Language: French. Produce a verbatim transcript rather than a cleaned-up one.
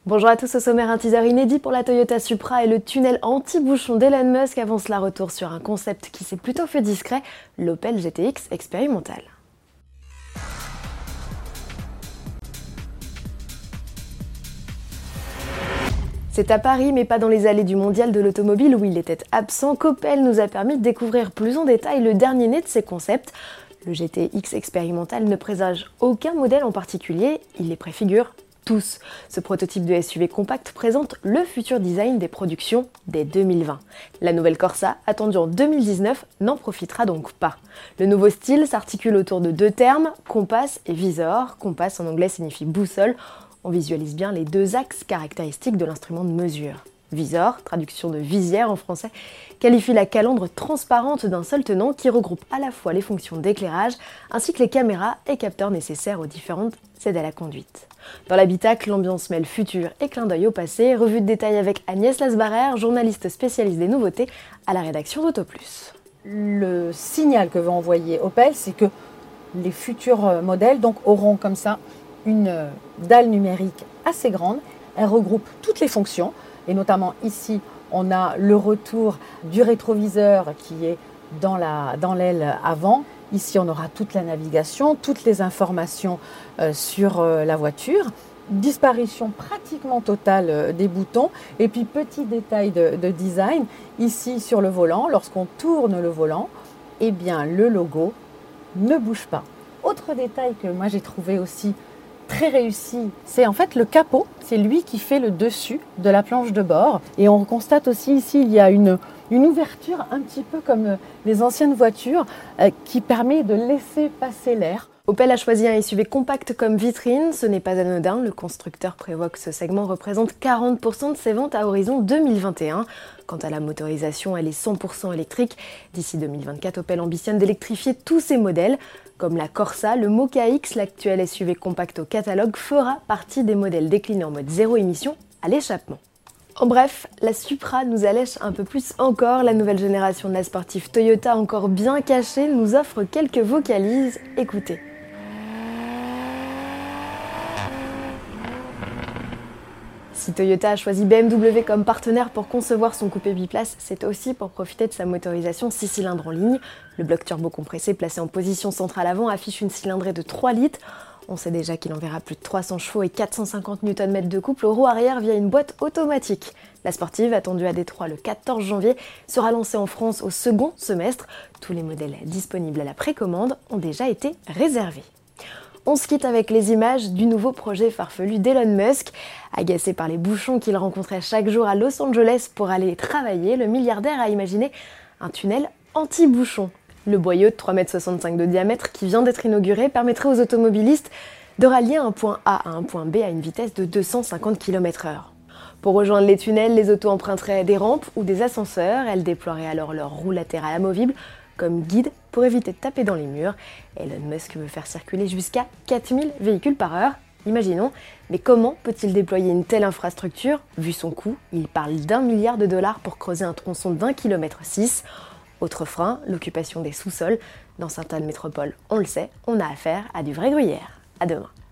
Bonjour à tous, au sommaire, un teaser inédit pour la Toyota Supra et le tunnel anti-bouchon d'Elon Musk avance la retour sur un concept qui s'est plutôt fait discret, l'Opel G T X expérimental. C'est à Paris, mais pas dans les allées du mondial de l'automobile où il était absent, qu'Opel nous a permis de découvrir plus en détail le dernier né de ses concepts. Le G T X expérimental ne présage aucun modèle en particulier, il les préfigure tous. Ce prototype de S U V compact présente le futur design des productions dès deux mille vingt. La nouvelle Corsa, attendue en deux mille dix-neuf, n'en profitera donc pas. Le nouveau style s'articule autour de deux termes, compass et visor. Compass en anglais signifie boussole. On visualise bien les deux axes caractéristiques de l'instrument de mesure. Visor, traduction de visière en français, qualifie la calandre transparente d'un seul tenant qui regroupe à la fois les fonctions d'éclairage ainsi que les caméras et capteurs nécessaires aux différentes aides à la conduite. Dans l'habitacle, l'ambiance mêle futur et clin d'œil au passé, revue de détail avec Agnès Lasbarère, journaliste spécialiste des nouveautés à la rédaction d'AutoPlus. Le signal que veut envoyer Opel, c'est que les futurs modèles donc, auront comme ça une dalle numérique assez grande. Elle regroupe toutes les fonctions. Et notamment ici, on a le retour du rétroviseur qui est dans la, dans l'aile avant. Ici, on aura toute la navigation, toutes les informations euh, sur euh, la voiture. Disparition pratiquement totale euh, des boutons. Et puis, petit détail de, de design, ici sur le volant, lorsqu'on tourne le volant, eh bien, le logo ne bouge pas. Autre détail que moi j'ai trouvé aussi très réussi, c'est en fait le capot, c'est lui qui fait le dessus de la planche de bord. Et on constate aussi ici, il y a une, une ouverture un petit peu comme les anciennes voitures euh, qui permet de laisser passer l'air. Opel a choisi un S U V compact comme vitrine, ce n'est pas anodin, le constructeur prévoit que ce segment représente quarante pour cent de ses ventes à horizon deux mille vingt et un. Quant à la motorisation, elle est cent pour cent électrique. D'ici deux mille vingt-quatre, Opel ambitionne d'électrifier tous ses modèles. Comme la Corsa, le Mokka X, l'actuel S U V compact au catalogue, fera partie des modèles déclinés en mode zéro émission à l'échappement. En bref, la Supra nous allège un peu plus encore. La nouvelle génération de la sportive Toyota, encore bien cachée, nous offre quelques vocalises. Écoutez. Si Toyota a choisi B M W comme partenaire pour concevoir son coupé biplace, c'est aussi pour profiter de sa motorisation six cylindres en ligne. Le bloc turbo compressé placé en position centrale avant affiche une cylindrée de trois litres. On sait déjà qu'il enverra plus de trois cents chevaux et quatre cent cinquante newton-mètres de couple aux roues arrière via une boîte automatique. La sportive, attendue à Détroit le quatorze janvier, sera lancée en France au second semestre. Tous les modèles disponibles à la précommande ont déjà été réservés. On se quitte avec les images du nouveau projet farfelu d'Elon Musk. Agacé par les bouchons qu'il rencontrait chaque jour à Los Angeles pour aller travailler, le milliardaire a imaginé un tunnel anti-bouchon. Le boyau de trois mètres soixante-cinq de diamètre qui vient d'être inauguré permettrait aux automobilistes de rallier un point A à un point B à une vitesse de deux cent cinquante kilomètres heure. Pour rejoindre les tunnels, les autos emprunteraient des rampes ou des ascenseurs. Elles déploieraient alors leur roue latérale amovible comme guide pour éviter de taper dans les murs. Elon Musk veut faire circuler jusqu'à quatre mille véhicules par heure. Imaginons, mais comment peut-il déployer une telle infrastructure? Vu son coût, il parle d'un milliard de dollars pour creuser un tronçon d'un kilomètre six. Autre frein, l'occupation des sous-sols. Dans certaines métropoles, on le sait, on a affaire à du vrai gruyère. À demain.